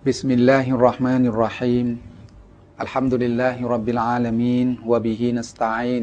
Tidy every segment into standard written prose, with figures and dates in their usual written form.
بسم الله الرحمن الرحيم الحمد لله رب العالمين وبه نستعين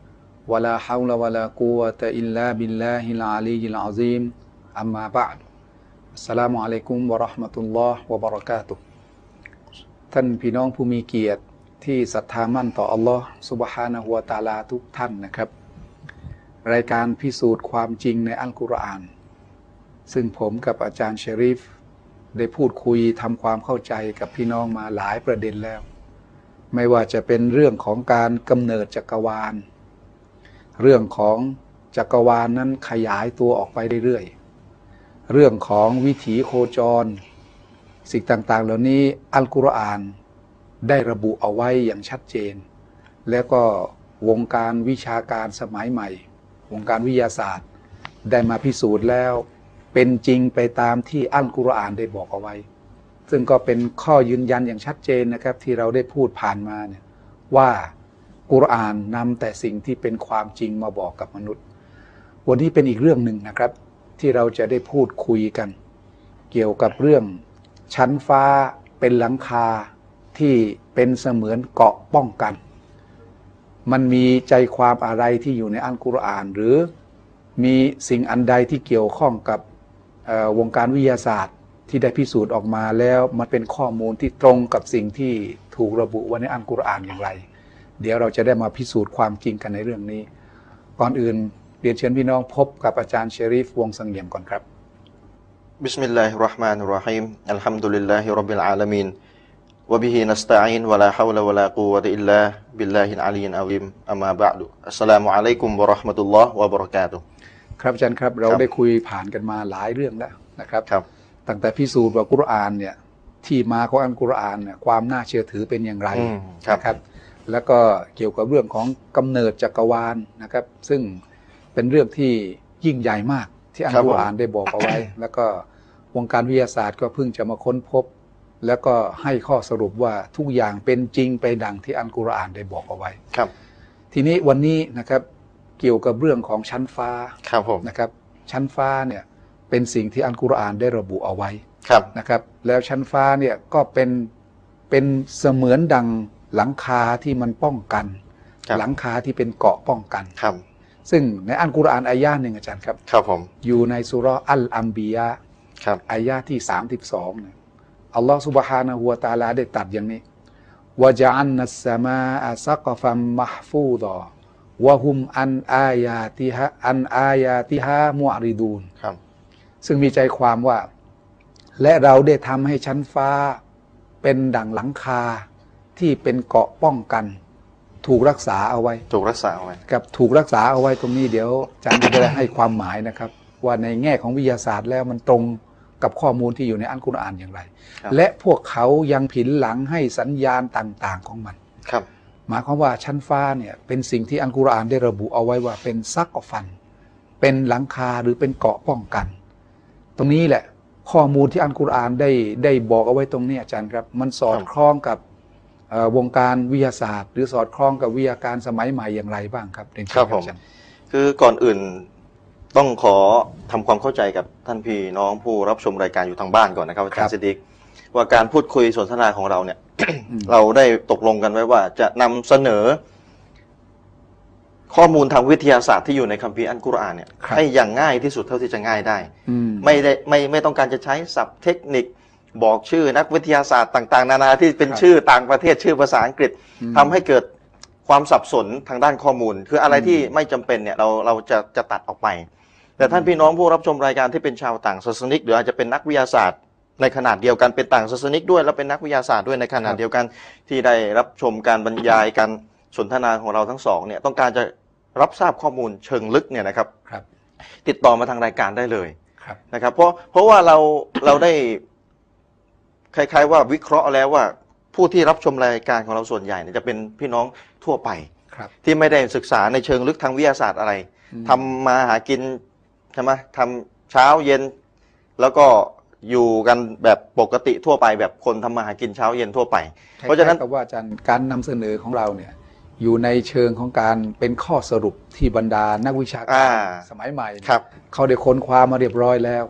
ولا حول ولا قوة إلا بالله العلي العظيم أما بعد السلام عليكم ورحمة الله وبركاته ท่านพี่น้องผู้มีเกียรติที่ศรัทธามั่นต่ออัลลอฮ์ซุบฮานะฮูวะตะอาลาทุกท่านนะครับรายการพิสูจน์ความจริงในอัลกุรอานซึ่งผมกับอาจารย์ชะรีฟได้พูดคุยทำความเข้าใจกับพี่น้องมาหลายประเด็นแล้วไม่ว่าจะเป็นเรื่องของการกำเนิดจักรวาลเรื่องของจักรวาลนั้นขยายตัวออกไปเรื่อยๆเรื่องของวิถีโคจรสิ่งต่างๆเหล่านี้อัลกุรอานได้ระบุเอาไว้อย่างชัดเจนแล้วก็วงการวิชาการสมัยใหม่วงการวิทยาศาสตร์ได้มาพิสูจน์แล้วเป็นจริงไปตามที่อัลกุรอานได้บอกเอาไว้ซึ่งก็เป็นข้อยืนยันอย่างชัดเจนนะครับที่เราได้พูดผ่านมาเนี่ยว่ากุรอานนำแต่สิ่งที่เป็นความจริงมาบอกกับมนุษย์วันนี้เป็นอีกเรื่องหนึ่งนะครับที่เราจะได้พูดคุยกันเกี่ยวกับเรื่องชั้นฟ้าเป็นหลังคาที่เป็นเสมือนเกราะป้องกันมันมีใจความอะไรที่อยู่ในอัลกุรอานหรือมีสิ่งอันใดที่เกี่ยวข้องกับวงการวิทยาศาสตร์ที่ได้พิสูจน์ออกมาแล้วมันเป็นข้อมูลที่ตรงกับสิ่งที่ถูกระบุไว้ในอัลกุรอานอย่างไรเดี๋ยวเราจะได้มาพิสูจน์ความจริงกันในเรื่องนี้ก่อนอื่นเรียนเชิญพี่น้องพบกับอาจารย์ชะรีฟวงศ์เสงี่ยมก่อนครับบิสมิลลาฮิรเราะห์มานิรเราะฮีมอัลฮัมดุลิลลาฮิร็อบบิลอาลามีนวะบิฮินัสตะอีนวะลาฮาวละวะลากุวะตะอิลลาบิลลาฮิลอาลียนอะซีมอัมมาบะอ์ดุอัสสลามุอะลัยกุมวะเราะห์มะตุลลอฮ์วะบะเราะกาตุฮ์ครับอาจารย์ครับเราได้คุยผ่านกันมาหลายเรื่องแล้วนะครับตั้งแต่พิสูจน์ว่ากุรอานเนี่ยที่มาของอัลกุรอานเนี่ยความน่าเชื่อถือเป็นอย่างไรนะครับแล้วก็เกี่ยวกับเรื่องของกำเนิดจักรวาลนะครับซึ่งเป็นเรื่องที่ยิ่งใหญ่มากที่อัลกุรอานได้บอกเอาไว้แล้วก็วงการวิทยาศาสตร์ก็เพิ่งจะมาค้นพบแล้วก็ให้ข้อสรุปว่าทุกอย่างเป็นจริงไปดังที่อัลกุรอานได้บอกเอาไว้ครับทีนี้วันนี้นะครับเกี่ยวกับเรื่องของชั้นฟ้านะครับชั้นฟ้าเนี่ยเป็นสิ่งที่อัลกุรอานได้ระบุเอาไว้นะครับแล้วชั้นฟ้าเนี่ยก็เป็นเสมือนดังหลังคาที่มันป้องกันหลังคาที่เป็นเกราะป้องกันซึ่งในอัลกุรอานอายะห์หนึ่งอาจารย์ครับอยู่ในซูเราะห์อัลอัมบียะห์อายะห์ที่32เนี่ยอัลลอฮฺซุบฮานะฮูวะตะอาลาได้ตรัสอย่างนี้วะจะอันนัสสมาอะซักฟัมมะห์ฟูฎอวะฮุมอันอายาติฮามุอริดูนซึ่งมีใจความว่าและเราได้ทำให้ชั้นฟ้าเป็นดั่งหลังคาที่เป็นเกราะป้องกันถูกรักษาเอาไว้กับถูกรักษาเอาไว้ตรงนี้เดี๋ยวอาจารย์จะได้ให้ความหมายนะครับว่าในแง่ของวิทยาศาสตร์แล้วมันตรงกับข้อมูลที่อยู่ในอัลกุรอานอย่างไรและพวกเขายังผินหลังให้สัญญาณต่างๆของมันหมายความว่าชั้นฟ้าเนี่ยเป็นสิ่งที่อัลกุรอานได้ระบุเอาไว้ว่าเป็นซักฟันเป็นหลังคาหรือเป็นเกราะป้องกันตรงนี้แหละข้อมูลที่อัลกุรอานได้บอกเอาไว้ตรงนี้อาจารย์ครับมันสอดคล้องกับวงการวิทยาศาสตร์หรือสอดคล้องกับวิทยาการสมัยใหม่อย่างไรบ้างครับครับผมคือก่อนอื่นต้องขอทำความเข้าใจกับท่านพี่น้องผู้รับชมรายการอยู่ทางบ้านก่อนนะครับอาจารย์ซิดดิกว่าการพูดคุยสนทนาของเราเนี่ย เราได้ตกลงกันไว้ว่าจะนำเสนอข้อมูลทางวิทยาศาสตร์ที่อยู่ในคัมภีร์อัลกุรอานเนี่ยให้อย่างง่ายที่สุดเท่าที่จะง่ายได้ไม่ต้องการจะใช้ศัพท์เทคนิคบอกชื่อนักวิทยาศาสตร์ต่างๆนานาที่เป็นชื่อต่างประเทศชื่อภาษาอังกฤษทำให้เกิดความสับสนทางด้านข้อมูลคืออะไรที่ไม่จำเป็นเนี่ยเราจะตัดออกไปแต่ท่านพี่น้องผู้รับชมรายการที่เป็นชาวต่างศาสนิกหรืออาจจะเป็นนักวิทยาศาสตร์ในขนาดเดียวกันเป็นต่างศาสนิกด้วยแล้วเป็นนักวิทยาศาสตร์ด้วยในขนาดเดียวกันที่ได้รับชมการบรรยายการสนทนาของเราทั้งสองเนี่ยต้องการจะรับทราบข้อมูลเชิงลึกเนี่ยนะครับติดต่อมาทางรายการได้เลยนะครับเพราะว่าเราได้คล้ายๆว่าวิเคราะห์แล้วว่าผู้ที่รับชมรายการของเราส่วนใหญ่เนี่ยจะเป็นพี่น้องทั่วไปที่ไม่ได้ศึกษาในเชิงลึกทางวิทยาศาสตร์อะไรทำมาหากินใช่ไหมทำเช้าเย็นแล้วก็อยู่กันแบบปกติทั่วไปแบบคนทำมาหากินเช้าเย็นทั่วไปเพราะฉะนั้นว่าอาจารย์การนำเสนอของเราเนี่ยอยู่ในเชิงของการเป็นข้อสรุปที่บรรดานักวิชาการสมัยใหม่เขาได้ค้นคว้ามาเรียบร้อยแล้ว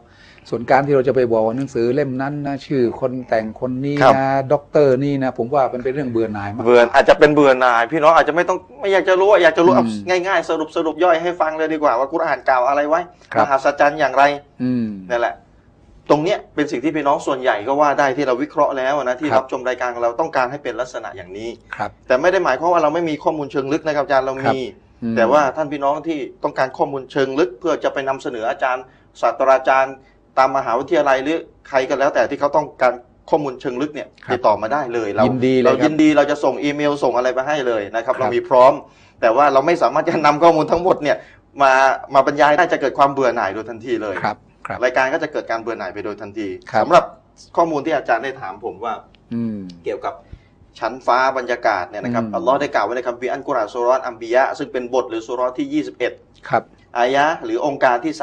ส่วนการที่เราจะไปบอกว่าหนังสือเล่มนั้นนะชื่อคนแต่งคนนี้นะด็อกเตอร์นี่นะผมว่ามันเป็นเรื่องเบื่อหน่ายมากเบื่ออาจจะเป็นเบื่อหน่ายพี่น้องอาจจะไม่อยากจะรู้อยากจะรู้ง่ายๆสรุปย่อยให้ฟังเลยดีกว่าว่ากุรอานกล่าวอะไรไว้มหัศจรรย์อย่างไรนั่นแหละตรงเนี้ยเป็นสิ่งที่พี่น้องส่วนใหญ่ก็ว่าได้ที่เราวิเคราะห์แล้วนะที่รับชมรายการของเราต้องการให้เป็นลักษณะอย่างนี้แต่ไม่ได้หมายความว่าเราไม่มีข้อมูลเชิงลึกนะครับอาจารย์เรามีแต่ว่าท่านพี่น้องที่ต้องการข้อมูลเชิงลึกเพื่อจะไปนำเสนออาจารย์ศาสตราจารย์ตามมหาวิทยาลัยหรือใครก็แล้วแต่ที่เขาต้องการข้อมูลเชิงลึกเนี่ยติดต่อมาได้เลยเรายินดีเราจะส่งอีเมลส่งอะไรไปให้เลยนะครับเรามีพร้อมแต่ว่าเราไม่สามารถจะนำข้อมูลทั้งหมดเนี่ยมาบรรยายได้จะเกิดความเบื่อหน่ายโดยทันทีเลยรายการก็จะเกิดการเบื่อหน่ายไปโดยทันทีสำหรับข้อมูลที่อาจารย์ได้ถามผมว่าเกี่ยวกับชั้นฟ้าบรรยากาศเนี่ยนะครับอัลลอฮ์ได้กล่าวไว้ในคัมภีร์อัลกุรอานซูเราะห์อัมบิยะซึ่งเป็นบทหรือซูเราะห์ที่21ครับอายะห์หรือองค์การที่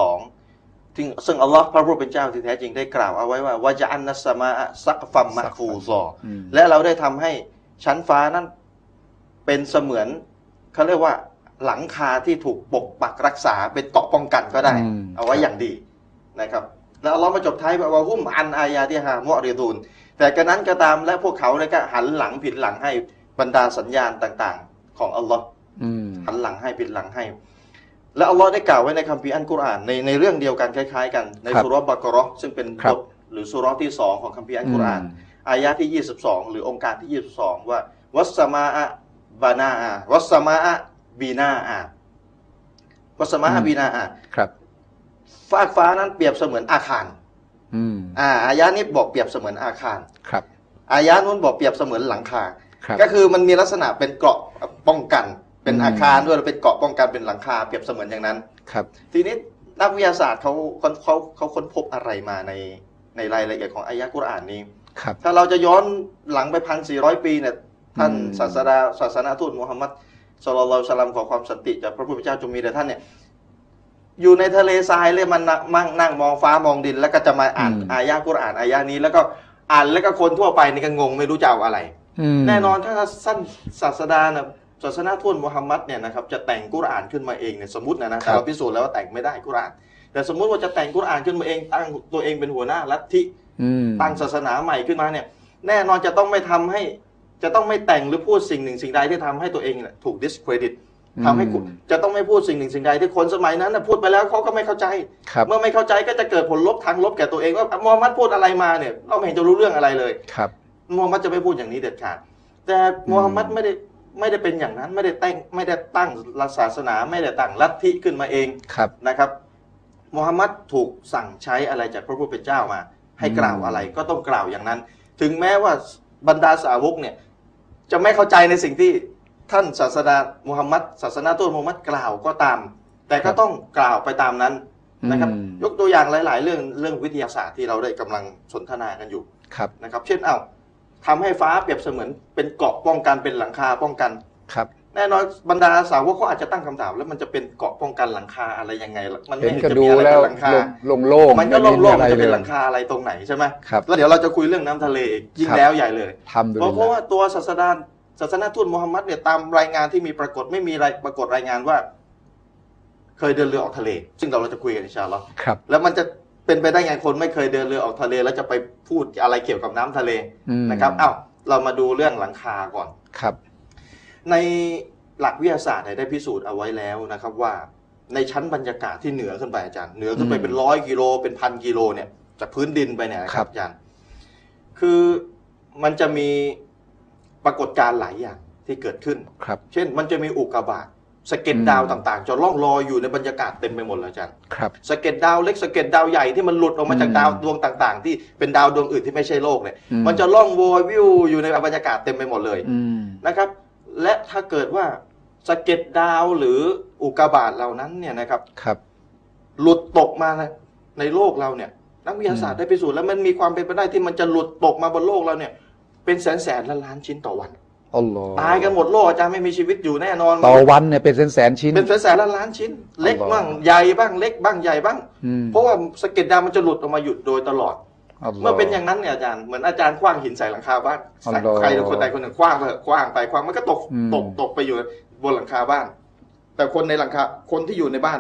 32ซึ่งอัลลอฮ์พระผู้เป็นเจ้าที่แท้จริงได้กล่าวเอาไว้ว่าวะจะอันนัสมาซักฟัมมะฟูซอและเราได้ทำให้ชั้นฟ้านั้นเป็นเสมือนเขาเรียกว่าหลังคาที่ถูกปกปักรักษาเป็นเกราะป้องกันก็ได้เอาไว้อย่างดีนะครับแล้วอัลลอฮ์มาจบท้ายว่าฮุมอันอายาที่ฮามะริดูนแต่กระนั้นก็ตามและพวกเขาเนี่ยก็หันหลังผิดหลังให้บรรดาสัญญาณต่างๆของอัลลอฮ์หันหลังให้ผิดหลังให้และอัลลอฮ์ได้กล่าวไว้ในคัมภีร์อัลกุรอานในเรื่องเดียวกันคล้ายๆกันในซูเราะห์บักเราะห์ซึ่งเป็นบทหรือซูเราะห์ที่2ของคัมภีร์อัลกุรอานอายะที่22หรือองค์การที่22ว่าวัสสมาอะบานาอะวัสสมาอะบีนาอะวัสสมาอะบีนาอะครับฟากฟ้านั้นเปรียบเสมือนอาคารอายะนี้บอกเปรียบเสมือนอาคารครับอายะนู้นบอกเปรียบเสมือนหลังคาก็คือมันมีลักษณะเป็นเกราะป้องกันเป็นอาคารด้วยเป็นเกราะป้องกันเป็นหลังคาเปรียบเสมือนอย่างนั้นครับทีนี้นักวิทยาศาสตร์เขาค้นพบอะไรมาในรายละเอียดของอายะกุรอานนี้ครับถ้าเราจะย้อนหลังไป1,400 ปีเนี่ยท่านศาสนาทูตมุฮัมมัดศ็อลลัลลอฮุอะลัยฮิวะซัลลัมขอความสันติจากพระผู้เป็นเจ้าจงมีแด่ท่านเนี่ยอยู่ในทะเลทรายเลยมันนั่งมองฟ้ามองดินแล้วก็จะมาอ่านอายะกุรอานอายะนี้แล้วก็อ่านแล้วก็คนทั่วไปนี่ก็งงไม่รู้จะเอาอะไรแน่นอนถ้าสั้นศาสนาทูตมุฮัมมัดเนี่ยนะครับจะแต่งกุรอานขึ้นมาเองเนี่ยสมมตินะแต่เราพิสูจน์แล้วว่าแต่งไม่ได้กุรอานแต่สมมุติว่าจะแต่งกุรอานขึ้นมาเองตั้งตัวเองเป็นหัวหน้าลัทธิตั้งศาสนาใหม่ขึ้นมาเนี่ยแน่นอนจะต้องไม่แต่งหรือพูดสิ่งหนึ่งสิ่งใดที่ทำให้ตัวเองถูก discredit ทำให้จะต้องไม่พูดสิ่งหนึ่งสิ่งใดที่คนสมัยนั้นพูดไปแล้วเขาก็ไม่เข้าใจเมื่อไม่เข้าใจก็จะเกิดผลลบทางลบแก่ตัวเองว่ามูฮัมหมัดพูดอะไรมาเนี่ยเราไม่เห็นจะรู้เรื่องอะไรเลยมูฮัมหมัดจะไม่พูดอย่างนี้เด็ดขาดแต่มูฮัมหมัดไม่ได้เป็นอย่างนั้นไม่ได้ตั้งศาสนาไม่ได้ตั้งลัทธิขึ้นมาเองนะครับมูฮัมหมัดถูกสั่งใช้อะไรจากพระผู้เป็นเจ้ามาให้กล่าวอะไรก็ต้องกล่าวอย่างนั้นถึงแม้ว่าบรรดาสาวกเนี่ยจะไม่เข้าใจในสิ่งที่ท่านศาสนามูฮัมหมัดศาสนาทูตมูฮัมหมัดกล่าวก็ตามแต่ก็ต้องกล่าวไปตามนั้นนะครับยกตัวอย่างหลายๆเรื่องวิทยาศาสตร์ที่เราได้กำลังสนทนากันอยู่นะครับเช่นทำให้ฟ้าเปรียบเสมือนเป็นเกราะป้องกันเป็นหลังคาป้องกันครับแน่นอนบรรดาสาวกเขาอาจจะตั้งคำถามแล้วมันจะเป็นเกราะป้องกันหลังคาอะไรยังไงมันไม่เห็นจะมีอะไรเป็นหลังคาโล่งมันก็โล่งๆจะเป็นหลังคาอะไรตรงไหนใช่ไหมแล้วเดี๋ยวเราจะคุยเรื่องน้ำทะเลยิ่งแล้วใหญ่เลยเพราะว่าตัวศาสนาทูตมูฮัมหมัดเนี่ยตามรายงานที่มีปรากฏไม่มีปรากฏรายงานว่าเคยเดินเรือออกทะเลซึ่งเราจะคุยกันอินชาอัลลอฮ์แล้วมันจะเป็นไปได้ไงคนไม่เคยเดินเรือออกทะเลแล้วจะไปพูดอะไรเกี่ยวกับน้ำทะเลนะครับเรามาดูเรื่องหลังคาก่อนครับในหลักวิทยาศาสตร์ได้พิสูจน์เอาไว้แล้วนะครับว่าในชั้นบรรยากาศที่เหนือขึ้นไปอาจารย์เหนือขึ้นไปเป็น100 กิโลเป็น1,000 กิโลเนี่ยจากพื้นดินไปเนี่ยครับอาจารย์คือมันจะมีปรากฏการณ์หลายอย่างที่เกิดขึ้นครับเช่นมันจะมีอุกกาบาตสะเก็ดดาวต่างๆจะล่องลอยอยู่ในบรรยากาศเต็มไปหมดเลยอาจารย์ครับสะเก็ดดาวเล็กสะเก็ดดาวใหญ่ที่มันหลุดออกมาจากดาวดวงต่างๆที่เป็นดาวดวงอื่นที่ไม่ใช่โลกเนี่ยมันจะล่องโวยวิวอยู่ในบรรยากาศเต็มไปหมดเลยนะครับและถ้าเกิดว่าสะเก็ดดาวหรืออุกกาบาตเหล่านั้นเนี่ยนะครับหลุดตกมาในโลกเราเนี่ยนักวิทยาศาสตร์ได้พิสูจน์แล้วมันมีความเป็นไปได้ที่มันจะหลุดตกมาบนโลกเราเนี่ยเป็นแสนล้านชิ้นต่อวันตายกันหมดโลกอาจารย์ไม่มีชีวิตอยู่แน่นอนต่อวันเนี่ยเป็นแสนชิ้นเป็นแสนล้านชิ้นเล็กบ้างใหญ่บ้างเล็กบ้างใหญ่บ้างเพราะว่าสะเก็ดดาวมันจะหลุดออกมาหยุดโดยตลอดเมื่อเป็นอย่างนั้นเนี่ยอาจารย์เหมือนอาจารย์คว้างหินใส่หลังคาบ้านใครคนใดคนหนึ่งคว้างไปคว้างมันก็ตกไปอยู่บนหลังคาบ้านแต่คนในหลังคาคนที่อยู่ในบ้าน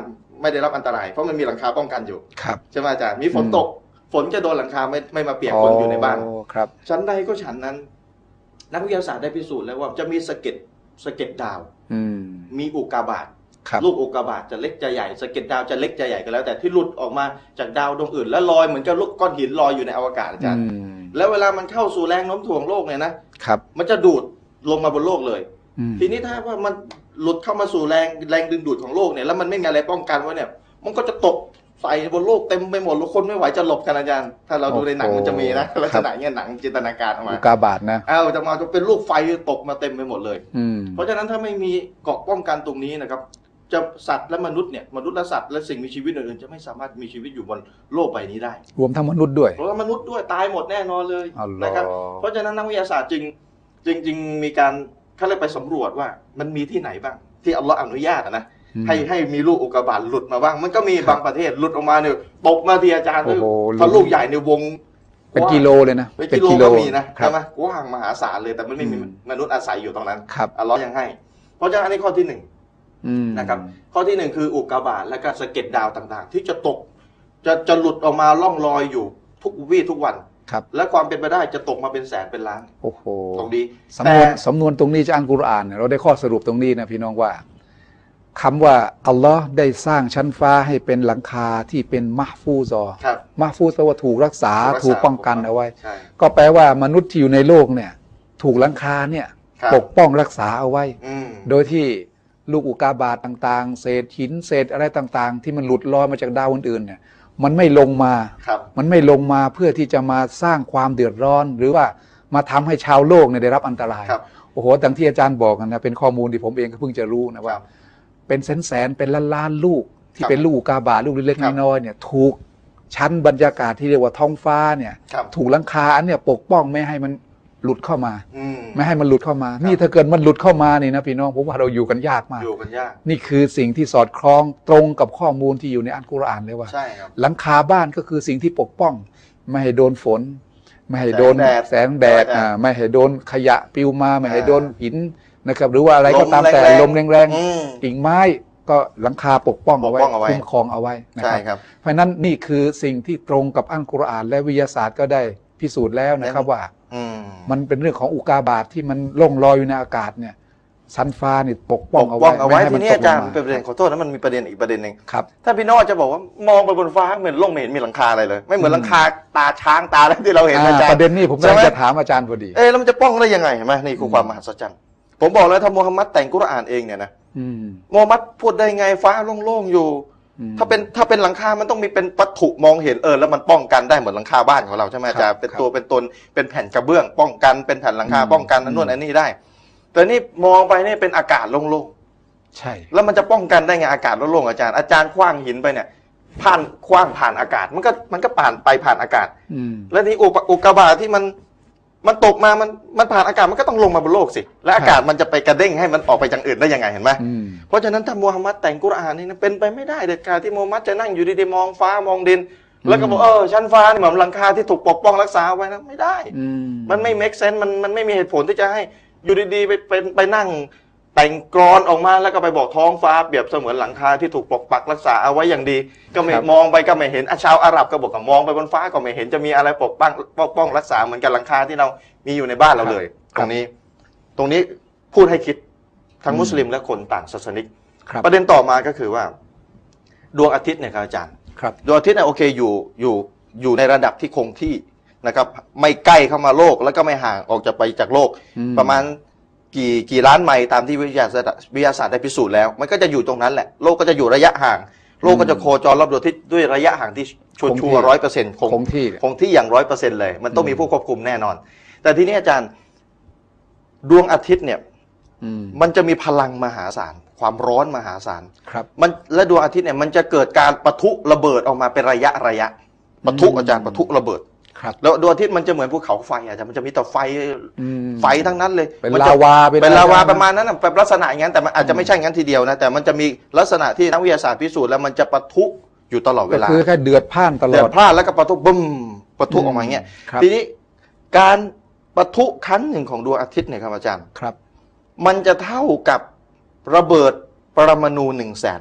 ไม่ได้รับอันตรายเพราะมันมีหลังคาป้องกันอยู่ครับใช่ไหมอาจารย์มีฝนตกฝนจะโดนหลังคาไม่มาเปียกคนอยู่ในบ้านครับชั้นใดก็ฉันนั้น นักวิทยาศาสตร์ได้พิสูจน์แล้วว่าจะมีสะเก็ดดาวมีอุกกาบาตลูกอุกกาบาตจะเล็กจะใหญ่สะเก็ดดาวจะเล็กจะใหญ่ก็แล้วแต่ที่หลุดออกมาจากดาวดวงอื่นแล้วลอยเหมือนกับลูกก้อนหินลอยอยู่ในอวกาศอาจารย์แล้วเวลามันเข้าสู่แรงโน้มถ่วงโลกเนี่ยนะครับมันจะดูดลงมาบนโลกเลยทีนี้ถ้าว่ามันหลุดเข้ามาสู่แรงดึงดูดของโลกเนี่ยแล้วมันไม่มีอะไรป้องกันไว้เนี่ยมันก็จะตกใส่บนโลกเต็มไปหมดแล้วคนไม่ไหวจะหลบกันอาจารย์ถ้าเราดูในหนังมันจะมีนะลักษณะเงี้ยหนังจินตนาการออกมาอุกกาบาตนะจะเป็นลูกไฟตกมาเต็มไปหมดเลยเพราะฉะนั้นถ้าไม่มีเกราะป้องกันตรงนี้นะครับจะสัตว์และมนุษย์เนี่ยมนุษย์และสัตว์และสิ่งมีชีวิตอื่นๆจะไม่สามารถมีชีวิตอยู่บนโลกใบนี้ได้รวมทั้งมนุษย์ด้วยรวมมนุษย์ด้วยตายหมดแน่นอนเลยนะครับเพราะฉะนั้นนักวิทยาศาสตร์จึงมีการเขาเลยไปสำรวจว่ามันมีที่ไหนบ้างที่อัลลอฮ์อนุญาตนะให้มีลูกอุกกาบาตหลุดมาบ้างมันก็มีบางประเทศหลุดออกมาเนี่ยตกมาที่อาจารย์ถ้าลูกใหญ่ในวงเป็นกิโลเลยนะเป็นกิโลก็มีนะใช่ไหมกว้างมหาศาลเลยแต่มันไม่มีมนุษย์อาศัยอยู่ตรงนั้นอัลลอฮ์ยังให้เพราะฉะนั้นอันนี้ข้อที่หนึ่งนะครับข้อที่หนึ่งคืออุกกาบาตและก็สะเก็ดดาวต่างๆที่จะตกจะหลุดออกมาล่องลอยอยู่ทุกวี่ทุกวันและความเป็นไปได้จะตกมาเป็นแสนเป็นล้านโอ้โหตรงนี้สำนวนตรงนี้จากอัลกุรอานเราได้ข้อสรุปตรงนี้นะพี่น้องว่าคำว่าอัลลอฮ์ได้สร้างชั้นฟ้าให้เป็นหลังคาที่เป็นมะห์ฟูซอมะห์ฟูซแปลว่าถูกรักษาถูกป้องกันเอาไว้ก็แปลว่ามนุษย์ที่อยู่ในโลกเนี่ยถูกหลังคาเนี่ยปกป้องรักษาเอาไว้โดยที่ลูกอุกกาบาตต่างๆเศษหินเศษอะไรต่างๆที่มันหลุดลอยมาจากดาวอื่นๆเนี่ยมันไม่ลงมาเพื่อที่จะมาสร้างความเดือดร้อนหรือว่ามาทำให้ชาวโลกเนี่ยได้รับอันตรายโอ้โหดังที่อาจารย์บอกนะเป็นข้อมูลที่ผมเองก็เพิ่งจะรู้นะว่าเป็นแสนเป็นล้านลูกที่เป็นลูกอุกกาบาตลูกเล็กๆน้อยๆเนี่ยถูกชั้นบรรยากาศที่เรียกว่าท้องฟ้าเนี่ยถูกหลังคาอันเนี่ยปกป้องไม่ให้มันหลุดเข้ามาไม่ให้มันหลุดเข้ามานี่ถ้าเกิดมันหลุดเข้ามานี่นะพี่น้องผมว่าเราอยู่กันยากมากนี่คือสิ่งที่สอดคล้องตรงกับข้อมูลที่อยู่ในอัลกุรอานเลยว่าหลังคาบ้านก็คือสิ่งที่ปกป้องไม่ให้โดนฝนไม่ให้โดนแสงแดดไม่ให้โดนขยะปลิวมาไม่ให้โดนหินนะครับหรือว่าอะไรก็ตามแต่ลมแรงๆกิ่งไม้ก็หลังคาปกป้องเอาไว้คุ้มครองเอาไว้นะครับเพราะนั้นนี่คือสิ่งที่ตรงกับอัลกุรอานและวิทยาศาสตร์ก็ได้พิสูจน์แล้วนะครับว่ามันเป็นเรื่องของอุกกาบาตที่มันล่องลอยอยู่ในอากาศเนี่ยชั้นฟ้านี่ปกป้องเอาไว้ทีนี้อาจารย์เป็นประเด็นขอโทษนะมันมีประเด็นอีกประเด็นหนึ่งถ้าพี่น้องจะบอกว่ามองไปบนฟ้าเหมือนโลกไม่เห็นมีหลังคาอะไรเลยไม่เหมือนหลังคาตาช้างตาอะไรที่เราเห็นอาจารย์ประเด็นนี้ผมจะถามอาจารย์พอดีแล้วมันจะป้องได้ยังไงเห็นไหมนี่คือความมหัศจรรย์ผมบอกแล้วถ้ามูฮัมหมัดแต่งกุรอานเองเนี่ยนะมูฮัมหมัดพูดได้ไงฟ้าโล่งๆอยู่ถ้าเป็นหลังคามันต้องมีเป็นวัตถุมองเห็นแล้วมันป้องกันได้เหมือนหลังคาบ้านของเราใช่ไหมอาจารย์เป็นตัวเป็นตนเป็นแผ่นกระเบื้องป้องกันเป็นแผ่นหลังคาป้องกันนั่นนู่นอันนี้ได้แต่นี่มองไปนี่เป็นอากาศโล่งๆใช่แล้วมันจะป้องกันได้ไงอากาศโล่งๆอาจารย์คว้างหินไปเนี่ยคว้างผ่านอากาศมันก็ผ่านไปผ่านอากาศแล้วนี่อุกกาบาตที่มันตกมามันผ่านอากาศมันก็ต้องลงมาบนโลกสิและอากาศมันจะไปกระเด้งให้มันออกไปอย่างอื่นได้ยังไงเห็นไหมเพราะฉะนั้นถ้ามูฮัมหมัดแต่งกุรอานนี่เป็นไปไม่ได้เด็ดขาดที่มูฮัมหมัดจะนั่งอยู่ดีๆมองฟ้ามองดินแล้วก็บอกชั้นฟ้านี่เหมือนหลังคาที่ถูกปกป้องรักษาไว้นะไม่ได้มันไม่ make sense มันไม่มีเหตุผลที่จะให้อยู่ดีๆไปนั่งแต่งกรอนออกมาแล้วก็ไปบอกท้องฟ้าเปรียบเสมือนหลังคาที่ถูกปกปักรักษาเอาไว้อย่างดีก็ไม่มองไปก็ไม่เห็นชาวอาหรับก็บอกมองไปบนฟ้าก็ไม่เห็นจะมีอะไรปกป้องรักษาเหมือนกับหลังคาที่เรามีอยู่ในบ้านเราเลยตรงนี้พูดให้คิดทั้งมุสลิมและคนต่างศาสนิกประเด็นต่อมาก็คือว่าดวงอาทิตย์เนี่ยครับอาจารย์ดวงอาทิตย์เนี่ยโอเคอยู่ในระดับที่คงที่นะครับไม่ใกล้เข้ามาโลกแล้วก็ไม่ห่างออกจากไปจากโลกประมาณกี่ล้านไมล์ตามที่วิทยาศาสตร์ได้พิสูจน์แล้วมันก็จะอยู่ตรงนั้นแหละโลกก็จะอยู่ระยะห่างโลกก็จะโคจรรอบดวงอาทิตย์ด้วยระยะห่างที่ชัวร์100%คงที่อย่าง100%เลยมันต้องมีผู้ควบคุมแน่นอนแต่ทีนี้อาจารย์ดวงอาทิตย์เนี่ยมันจะมีพลังมหาศาลความร้อนมหาศาลและดวงอาทิตย์เนี่ยมันจะเกิดการปะทุระเบิดออกมาเป็นระยะปะทุอาจารย์ปะทุระเบิดแล้วดวงอาทิตย์มันจะเหมือนภูเขาไฟอาจารย์มันจะมีแต่ไฟทั้งนั้นเลยเป็นลาวาประมาณนั้นเป็นลักษณะอย่างนั้นแต่มันอาจจะไม่ใช่งั้นทีเดียวนะแต่มันจะมีลักษณะที่นักวิทยาศาสตร์พิสูจน์แล้วมันจะปะทุอยู่ตลอดเวลาคือแค่เดือดพ่านตลอดเดือดพ่านแล้วก็ปะทุบึ้มปะทุออกมาอย่างเงี้ยทีนี้การปะทุครั้งหนึ่งของดวงอาทิตย์เนี่ยครับอาจารย์ครับมันจะเท่ากับระเบิดปรมาณู100,000 ลูก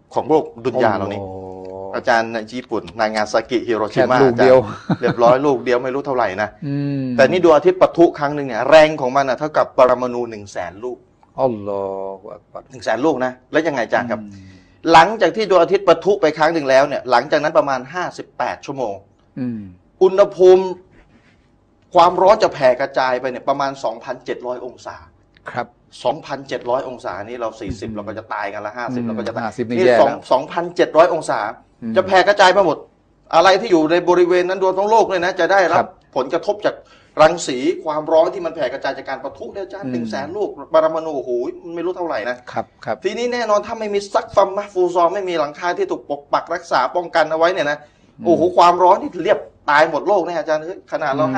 ของโลกดุนยาเรานี่อาจารย์ในญี่ปุ่นนางาซากิฮิโรชิมาลูกเดียวเรียบร้อยลูกเดียวไม่รู้เท่าไหร่นะแต่นี่ดวงอาทิตย์ปะทุครั้งหนึ่งเนี่ยแรงของมันเท่ากับปรมาณู100,000 ลูกอัลลอฮฺ 100,000 ลูกนะแล้วยังไงอาจารย์ครับหลังจากที่ดวงอาทิตย์ปะทุไปครั้งหนึ่งแล้วเนี่ยหลังจากนั้นประมาณ58 ชั่วโมงอุณหภูมิความร้อนจะแผ่กระจายไปเนี่ยประมาณ 2,700 องศาครับ 2,700 องศานี่เรา40เราก็จะตายกันละ50เราก็จะตายนี่ 2,700 องศาจะแผ่กระจายไปหมดอะไรที่อยู่ในบริเวณนั้นรวมทั้งโลกเลยนะจะได้รับผลกระทบจากรังสีความร้อนที่มันแผ่กระจายจากการปะทุเนี่ยอาจารย์100,000 ลูกปรมาณูโอ้โหมันไม่รู้เท่าไหร่นะครับทีนี้แน่นอนถ้าไม่มีซักฟัมมะฟูซอไม่มีหลังคาที่ถูกปกปักรักษาป้องกันเอาไว้เนี่ยนะโอ้โหความร้อนนี่เรียบตายหมดโลกเนี่ยอาจารย์ขนาดเรา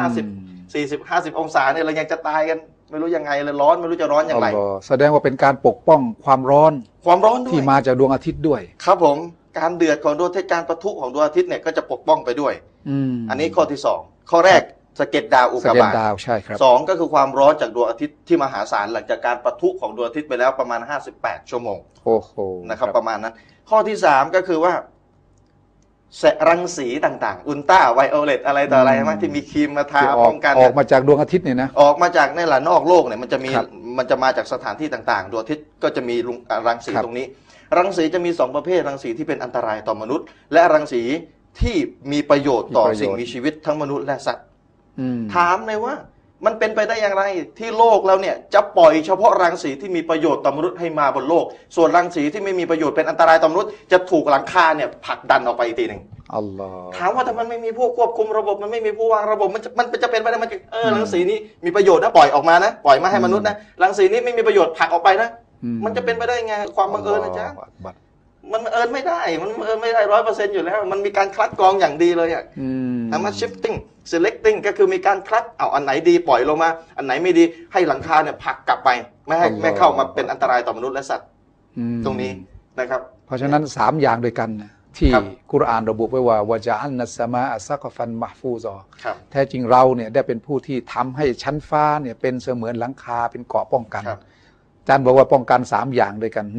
50 องศาเนี่ยเรายังจะตายกันไม่รู้ยังไงเลยร้อนไม่รู้จะร้อนอย่างไรแสดงว่าเป็นการปกป้องความร้อนด้วยที่มาจากดวงอาทิตย์ด้วยครับผมการเดือดของดวงอาทิตย์การปะทุของดวงอาทิตย์เนี่ยก็จะปกป้องไปด้วยอันนี้ข้อที่2ข้อแรกสะเก็ดดาวอุกกาบาตใช่ครับ 2ก็คือความร้อนจากดวงอาทิตย์ที่มหาศาลหลังจากการปะทุของดวงอาทิตย์ไปแล้วประมาณ58 ชั่วโมงโอ้โหนะครับประมาณนั้นข้อที่3ก็คือว่ารังสีต่างๆอุลตราไวโอเลตอะไรต่ออะไรใช่ไหมที่มีครีมมาทาป้องกันออกมาจากดวงอาทิตย์เนี่ยนะออกมาจากในหละนอกโลกเนี่ยมันจะมาจากสถานที่ต่างๆดวงอาทิตย์ก็จะมีรังสีตรงนี้รังสีจะมี2ประเภทรังสีที่เป็นอันตรายต่อมนุษย์และรังสีที่มีประโยชน์ต่อสิ่งมีชีวิตทั้งมนุษย์และสัตว์ถามเลยว่ามันเป็นไปได้อย่างไรที่โลกเราเนี่ยจะปล่อยเฉพาะรังสีที่มีประโยชน์ต่อมนุษย์ให้มาบนโลกส่วนรังสีที่ไม่มีประโยชน์เป็นอันตรายต่อมนุษย์จะถูกหลังคาเนี่ยผลักดันออกไปอีกทีหนึ่งอัลลอฮ์ถามว่าถ้ามันไม่มีผู้ควบคุมระบบมันไม่มีผู้วางระบบมันจะเป็นไปได้มันรังสีนี้มีประโยชน์นะปล่อยออกมานะปล่อยมาให้มนุษย์นะรังสีนี้ไม่มีประโยชน์ผลักออกไปนะมันจะเป็นไปได้ไงความบังเอิญนะจ๊ะมันบังเอิญไม่ได้มันบังเอิญไม่ได้100%อยู่แล้วมันมีการคัดกรองอย่างดีเลยทำมา shifting selecting ก็คือมีการคัดเอาอันไหนดีปล่อยลงมาอันไหนไม่ดีให้หลังคาเนี่ยผลักกลับไปไม่เข้ามาเป็นอันตรายต่อมนุษย์และสัตว์ตรงนี้นะครับเพราะฉะนั้น3อย่างด้วยกันที่กุรอานระบุไว้ว่าวะญะอัลนัสสมาอะซักฟันมะห์ฟูซอแท้จริงเราเนี่ยได้เป็นผู้ที่ทำให้ชั้นฟ้าเนี่ยเป็นเสมือนหลังคาเป็นเกราะป้องกันอาจารย์บอกว่าป้องกัน3อย่างด้วยกัน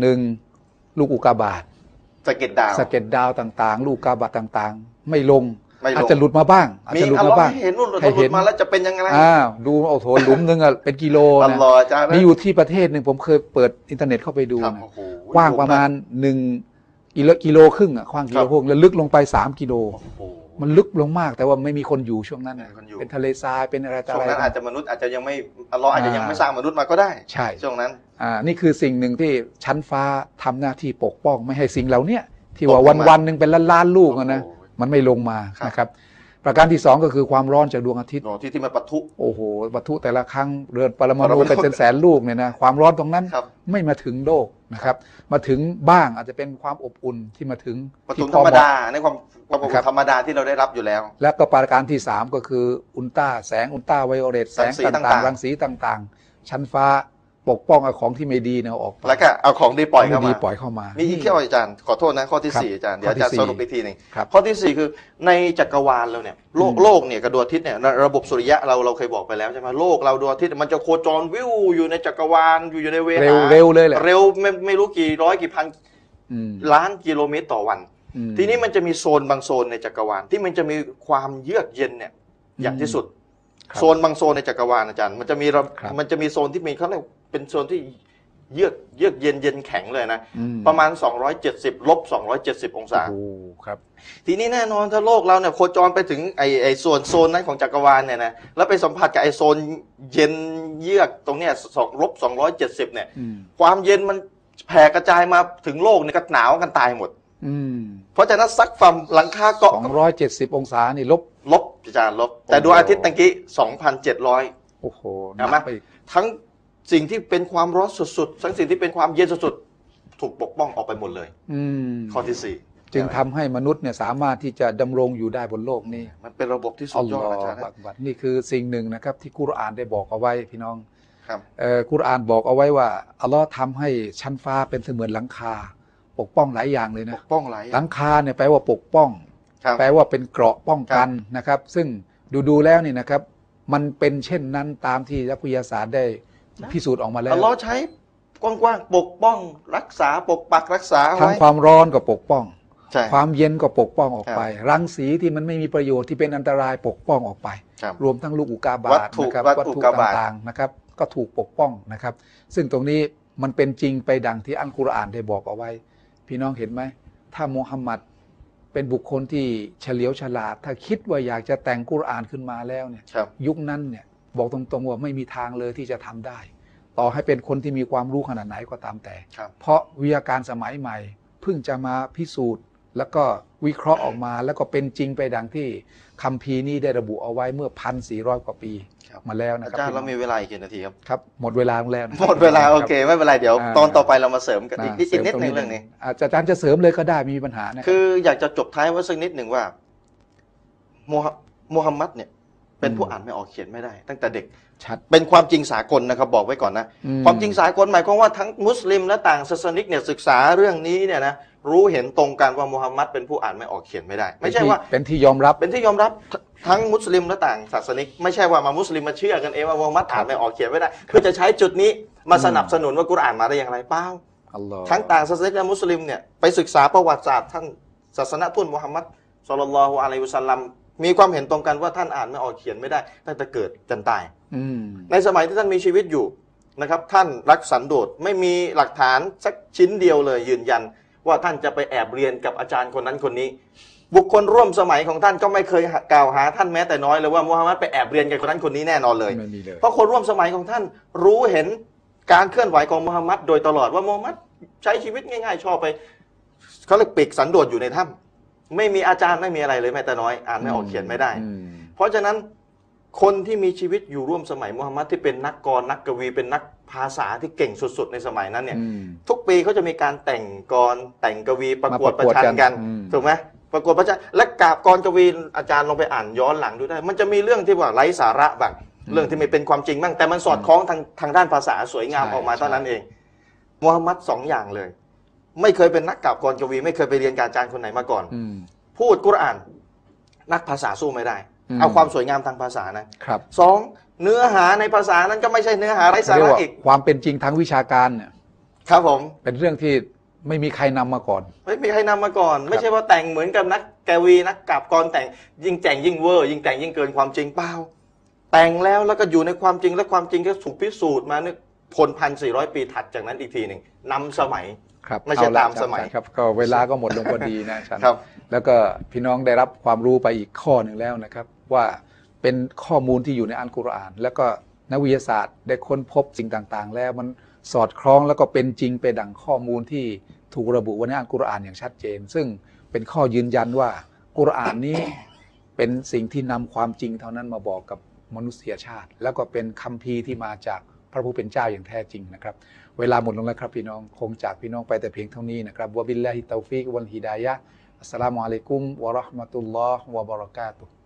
1ลูกอุกกาบาตสะเก็ดดาวต่างๆลูกอุกกาบาตต่างๆไม่ลงอาจจะหลุดมาบ้างอาจจะหลุดมาบ้างเห็นนู่นหลุดมาแล้วจะเป็นยังไงดูโอ้โหหลุมนึงเป็นกิโลนะมีอยู่ที่ประเทศหนึ่งผมเคยเปิดอินเทอร์เน็ตเข้าไปดูกว้างประมาณ1 กิโลครึ่งกว้างกิโลครึ่งแล้วลึกลงไป3 กิโลมันลึกลงมากแต่ว่าไม่มีคนอยู่ช่วงนั้นเป็นทะเลทรายเป็นอะไรต่ออะไรช่วงนั้นอาจจะมนุษย์อาจจะยังไม่อัลลอฮ์อาจจะยังไม่สร้างมนุษย์มาก็ได้ใช่ช่วงนั้นนี่คือสิ่งหนึ่งที่ชั้นฟ้าทำหน้าที่ปกป้องไม่ให้สิ่งเหล่านี้ที่ว่าวันหนึ่งเป็นล้านลูกนะมันไม่ลงมานะครับประการที่2ก็คือความร้อนจากดวงอาทิตย์ที่มันปะทุโอ้โหปะทุแต่ละครั้งเรือนปรมาณูเป็นแสนลูกเนี่ยนะความร้อนตรงนั้นไม่มาถึงโลกนะครับมาถึงบ้างอาจจะเป็นความอบอุ่นที่มาถึงที่ธรรมดาในความอบอุ่นธรรมดาที่เราได้รับอยู่แล้วและก็ประการที่3ก็คืออุลตราแสงอุลตราไวโอเลตแสงต่างๆรังสีต่างๆชั้นฟ้าปกป้องเอาของที่ไม่ดีเนี่ยออกแล้วก็เอาของดีปล่อยเข้ามามีอีกข้ออาจารย์ขอโทษนะข้อที่4อาจารย์เดี๋ยวอาจารย์สรุปอีกทีนึงข้อที่4คือในจักรวาลเราเนี่ยโลกเนี่ยกับดวงอาทิตย์เนี่ยระบบสุริยะเราเคยบอกไปแล้วใช่ไหมโลกเราดวงอาทิตย์มันจะโคจรวิวอยู่ในจักรวาลอยู่ในเวลาเร็วเลยแหละเร็วไม่รู้กี่ร้อยกี่พันล้านกิโลเมตรต่อวันทีนี้มันจะมีโซนบางโซนในจักรวาลที่มันจะมีความเยือกเย็นเนี่ยอย่างที่สุดโซนบางโซนในจักรวาลอาจารย์มันจะมีโซนที่มีเขาเรียกเป็นโซนที่เยือกเย็นแข็งเลยนะประมาณ270 ลบ 270 องศาครับทีนี้แน่นอนถ้าโลกเราเนี่ยโคจรไปถึงไอโซนนั้นของจักรวาลเนี่ยนะแล้วไปสัมผัสกับไอโซนเย็นเยือกตรงเนี้ยลบ 270เนี่ยความเย็นมันแผ่กระจายมาถึงโลกเนี่ยก็หนาวกันตายหมดเพราะฉะนั้นซักฟัมหลังคาเกาะ 270 องศานี่ลบอาจารย์ลบแต่ดวงอาทิตย์ตะกี้ 2,700 โอ้โหนะทั้งสิ่งที่เป็นความร้อนสุดๆทั้งสิ่งที่เป็นความเย็นสุดๆถูกปกป้องออกไปหมดเลยข้อที่4 จึงทำให้มนุษย์เนี่ยสามารถที่จะดำรงอยู่ได้บนโลกนี้มันเป็นระบบที่สุดยอดอาจารย์นี่คือสิ่งหนึ่งนะครับที่กุรอานได้บอกเอาไว้พี่น้องกุรอานบอกเอาไว้ว่าอัลลอฮ์ทำให้ชั้นฟ้าเป็นเสมือนหลังคาปกป้องหลายอย่างเลยนะปกป้องหลังคาเนี่ยแปลว่าปกป้องแปลว่าเป็นเกราะป้องกันนะครับซึ่งดูแล้วนี่นะครับมันเป็นเช่นนั้นตามที่นักวิทยาศาสตร์ได้พิสูจน์ออกมาแล้วอัลลอฮ์ใช้กว้างๆปกป้องรักษาปกปักรักษาทั้งไว้ความร้อนก็ปกป้องใช่ความเย็นก็ปกป้องออกไปครับรังสีที่มันไม่มีประโยชน์ที่เป็นอันตรายปกป้องออกไปครับรวมทั้งลูกอุกาบาวัตตถุนะครับวัตถุอุกาบาตต่างๆนะครับก็ถูกปกป้องนะครับ ซึ่งตรงนี้มันเป็นจริงไปดังที่อัลกุรอานได้บอกเอาไว้ พี่น้องเห็นไหมถ้ามูฮัมหมัดเป็นบุคคลที่เฉลียวฉลาด ถ้าคิดว่าอยากจะแต่งกุรอานขึ้นมาแล้วเนี่ยครับยุคนั้นเนี่ยบอกตรงๆว่าไม่มีทางเลยที่จะทำได้ ต่อให้เป็นคนที่มีความรู้ขนาดไหนก็ตามแต่ครับเพราะวิทยาการสมัยใหม่เพิ่งจะมาพิสูจน์ แล้วก็วิเคราะห์ออกมา แล้วก็เป็นจริงไปดังที่คัมภีร์นี้ได้ระบุเอาไว้เมื่อ 1,400 กว่าปีครับมาแล้วนะอาครับจารย์พี่น้เราองมีเวลาอีกกี่นาทีครับครับหมดเวลาแล้วนะหมดเวลาโอเคไม่เป็นไรเดี๋ยวอ่าตอนต่อไปเรามาเสริมกันอีกนิดเสริมนิดตนึงเรื่องนี้อาจารย์จะเสริมเลยก็ได้ไมมีปัญหานะครับคืออยากจะจบท้ายไว้สักนิดหนึ่งว่ามูฮัมหมัดเนี่ยเป็นผู้อ่านไม่ออกเขียนไม่ได้ ตั้งแต่เด็กชัดเป็นความจริงสากลนะครับบอกไว้ก่อนนะ ความจริงสากลหมายความว่าทั้งมุสลิมและต่างศาสนิกเนี่ยศึกษาเรื่องนี้เนี่ยนะรู้เห็นตรงกันว่ามูฮัมหมัดเป็นผู้อ่านไม่ออกเขียนไม่ได้ ไม่ใช่ว่าเป็นที่ยอมรับเป็นที่ยอมรับทั้งมุสลิมและต่างศาสนิกไม่ใช่ว่ามามุสลิมมาเชื่อกันเองว่ามูฮัมหมัดอ่านไม่ออกเขียนไม่ได้ เพื่อจะใช้จุดนี้มาสนับสนุนว่ากุรอานมาได้อย่างไรเปล่าอัลลอฮ์ทั้งต่างศาสนิกและมุสลิมเนี่ยไปศึกษาประวัติศาสตร์ท่านศาสนทูตมุฮัมมัดศ็อลลัลลอฮุอะลัยฮิวะซัลลัมมีความเห็นตรงกันว่าท่านอ่านไม่ออกเขียนไม่ได้ตั้งแต่เกิดจนตายอืมในสมัยที่ท่านมีชีวิตอยู่นะครับท่านรักสันโดษไม่มีหลักฐานสักชิ้นเดียวเลยยืนยัน ว่าท่านจะไปแอบเรียนกับอาจารย์คนนั้นคนนี้ บุคคลร่วมสมัยของท่านก็ไม่เคยกล่าวหาท่านแม้แต่น้อยเลยว่ามูฮัมหมัดไปแอบเรียนกับคนนั้นคนนี้แน่นอนเลยไม่มีเลยเพราะคนร่วมสมัยของท่านรู้เห็นการเคลื่อนไหวของมูฮัมหมัดโดยตลอดว่ามูฮัมหมัดใช้ชีวิตง่ายๆชอบไปเขาเรียกปีกสันโดษอยู่ในถ้ำไม่มีอาจารย์ไม่มีอะไรเลยแม้แต่น้อยอ่านไม่ออกเขียนไม่ได้อืมเพราะฉะนั้นคนที่มีชีวิตอยู่ร่วมสมัยมูฮัมหมัดที่เป็นนักกรนักกวีเป็นนักภาษาที่เก่งสุดๆในสมัยนั้นเนี่ยอืมทุกปีเขาจะมีการแต่งกรแต่งกวีประกวดมาปประ ระกวดชันกักันนถูกไหมประกวดประชันและกาบกรกวีอาจารย์ลองไปอ่านย้อนหลังดูได้ มันจะมีเรื่องที่ว่าไร้สาระบ้างเรื่องที่ไม่เป็นความจริงบ้างแต่มันสอดคล้องทางด้านภาษาสวยงามใช่ออกมาใช่เท่านั้นเองมูฮัมหมัดสองอย่างเลย ไม่เคยเป็นนักกาบกรกวี ไม่เคยไปเรียนกับอาจารย์คนไหนมาก่อนอืมพูดกุรอานนักภาษาสู้ไม่ได้อืมเอาความสวยงามทางภาษานะครับ สองเนื้อหาในภาษานั้นก็ไม่ใช่เนื้อหาไร้สาเรียกระว่าอีกความเป็นจริงทางวิชาการเนี่ยครับผมเป็นเรื่องที่ไม่มีใครนำมาก่อนไม่มีใครนำมาก่อน ไม่ใช่ว่าแต่งเหมือนกับนักกวีนักกาบกรแต่งยิ่งแต่งยิ่งเวอร์ยิ่งแต่งยิ่งเกินความจริงเปล่าแต่งแล้วก็อยู่ในความจริงและความจริงก็ถูกพิสูจน์มาเนี่ยทน1,400 ปีถัดจากนั้นอีกทีหนึ่งนำสมัยครับไม่ใช่เอละตามสมัยครับ ก็เวลาก็หมดลงพอดีนะอาจารย์ครับแล้วก็พี่น้องได้รับความรู้ไปอีกข้อหนึ่งแล้วนะครับ ว่าเป็นข้อมูลที่อยู่ในอัลกุรอาน แล้วก็นักวิทยาศาสตร์ได้ค้นพบสิ่งต่างๆ แล้วมันสอดคล้องแล้วก็เป็นจริงไปดังข้อมูลที่ถูกระบุไว้ในอัลกุรอานอย่างชัดเจน ซึ่งเป็นข้อยืนยันว่ากุรอานนี้เป็นสิ่งที่นำความจริงเท่านั้นมาบอกกับมนุษยชาติ แล้วก็เป็นคัมภีร์ที่มาจากพระผู้เป็นเจ้าอย่างแท้จริงนะครับ เวลาหมดลงแล้วครับพี่น้องคงจากพี่น้องไปแต่เพียงเท่านี้นะครับวะบิลลาฮิตตอฟิกวัลฮิดายะฮ์อัสสลามุอะลัยกุมวะเราะห์มะตุลลอฮ์วะบะเราะกาตุฮ์